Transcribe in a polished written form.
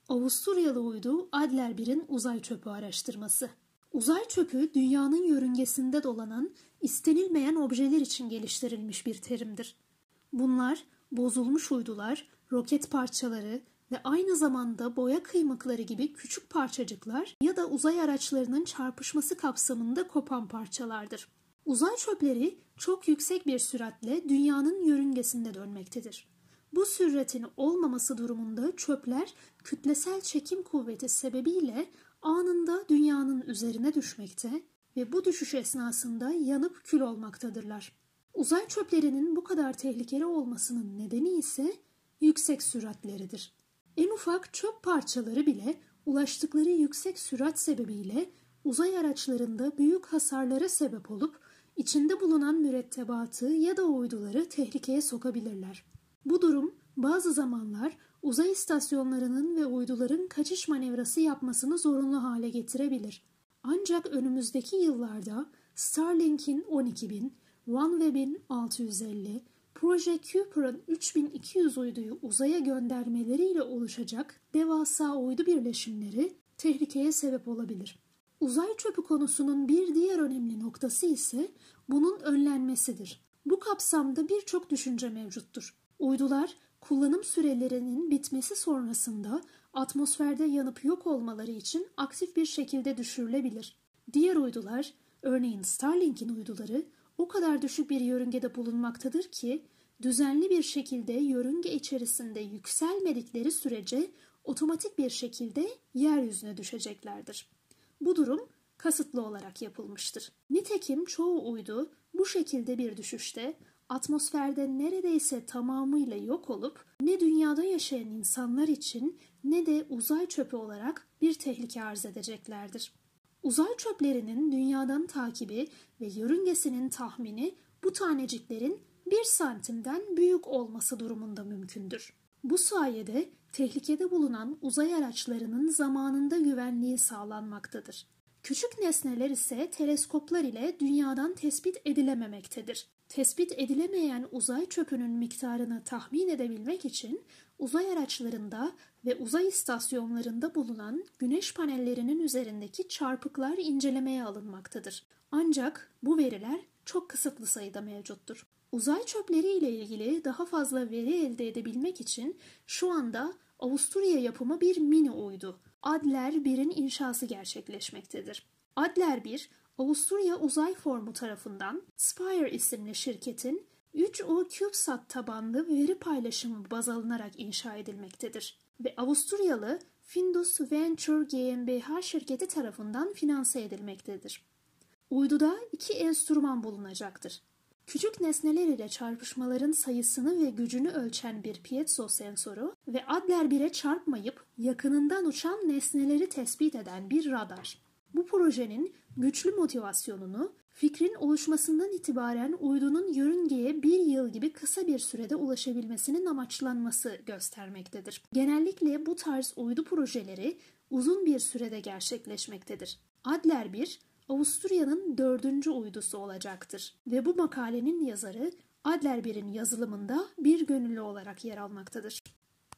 Avusturyalı uydu Adler 1'in uzay çöpü araştırması. Uzay çöpü dünyanın yörüngesinde dolanan istenilmeyen objeler için geliştirilmiş bir terimdir. Bunlar bozulmuş uydular, roket parçaları ve aynı zamanda boya kıymıkları gibi küçük parçacıklar ya da uzay araçlarının çarpışması kapsamında kopan parçalardır. Uzay çöpleri çok yüksek bir süratle dünyanın yörüngesinde dönmektedir. Bu süratin olmaması durumunda çöpler kütlesel çekim kuvveti sebebiyle anında dünyanın üzerine düşmekte ve bu düşüş esnasında yanıp kül olmaktadırlar. Uzay çöplerinin bu kadar tehlikeli olmasının nedeni ise yüksek süratleridir. En ufak çöp parçaları bile ulaştıkları yüksek sürat sebebiyle uzay araçlarında büyük hasarlara sebep olup içinde bulunan mürettebatı ya da uyduları tehlikeye sokabilirler. Bu durum bazı zamanlar uzay istasyonlarının ve uyduların kaçış manevrası yapmasını zorunlu hale getirebilir. Ancak önümüzdeki yıllarda Starlink'in 12.000, OneWeb'in 650, Proje Kuiper'ın 3200 uyduyu uzaya göndermeleriyle oluşacak devasa uydu birleşimleri tehlikeye sebep olabilir. Uzay çöpü konusunun bir diğer önemli noktası ise bunun önlenmesidir. Bu kapsamda birçok düşünce mevcuttur. Uydular kullanım sürelerinin bitmesi sonrasında atmosferde yanıp yok olmaları için aktif bir şekilde düşürülebilir. Diğer uydular, örneğin Starlink'in uyduları o kadar düşük bir yörüngede bulunmaktadır ki düzenli bir şekilde yörünge içerisinde yükselmedikleri sürece otomatik bir şekilde yeryüzüne düşeceklerdir. Bu durum kasıtlı olarak yapılmıştır. Nitekim çoğu uydu bu şekilde bir düşüşte atmosferde neredeyse tamamıyla yok olup ne dünyada yaşayan insanlar için ne de uzay çöpü olarak bir tehlike arz edeceklerdir. Uzay çöplerinin dünyadan takibi ve yörüngesinin tahmini bu taneciklerin 1 santimden büyük olması durumunda mümkündür. Bu sayede tehlikede bulunan uzay araçlarının zamanında güvenliği sağlanmaktadır. Küçük nesneler ise teleskoplar ile dünyadan tespit edilememektedir. Tespit edilemeyen uzay çöpünün miktarını tahmin edebilmek için uzay araçlarında ve uzay istasyonlarında bulunan güneş panellerinin üzerindeki çarpıklar incelemeye alınmaktadır. Ancak bu veriler çok kısıtlı sayıda mevcuttur. Uzay çöpleri ile ilgili daha fazla veri elde edebilmek için şu anda Avusturya yapımı bir mini uydu Adler 1'in inşası gerçekleşmektedir. Adler 1, Avusturya Uzay Formu tarafından Spire isimli şirketin 3U CubeSat tabanlı veri paylaşımı baz alınarak inşa edilmektedir ve Avusturyalı Findus Venture GmbH şirketi tarafından finanse edilmektedir. Uyduda 2 enstrüman bulunacaktır. Küçük nesneler ile çarpışmaların sayısını ve gücünü ölçen bir piezo sensörü ve Adler 1'e çarpmayıp yakınından uçan nesneleri tespit eden bir radar. Bu projenin güçlü motivasyonunu fikrin oluşmasından itibaren uydunun yörüngeye 1 yıl gibi kısa bir sürede ulaşabilmesinin amaçlanması göstermektedir. Genellikle bu tarz uydu projeleri uzun bir sürede gerçekleşmektedir. Adler 1, Avusturya'nın 4. uydusu olacaktır ve bu makalenin yazarı Adler 1'in yazılımında bir gönüllü olarak yer almaktadır.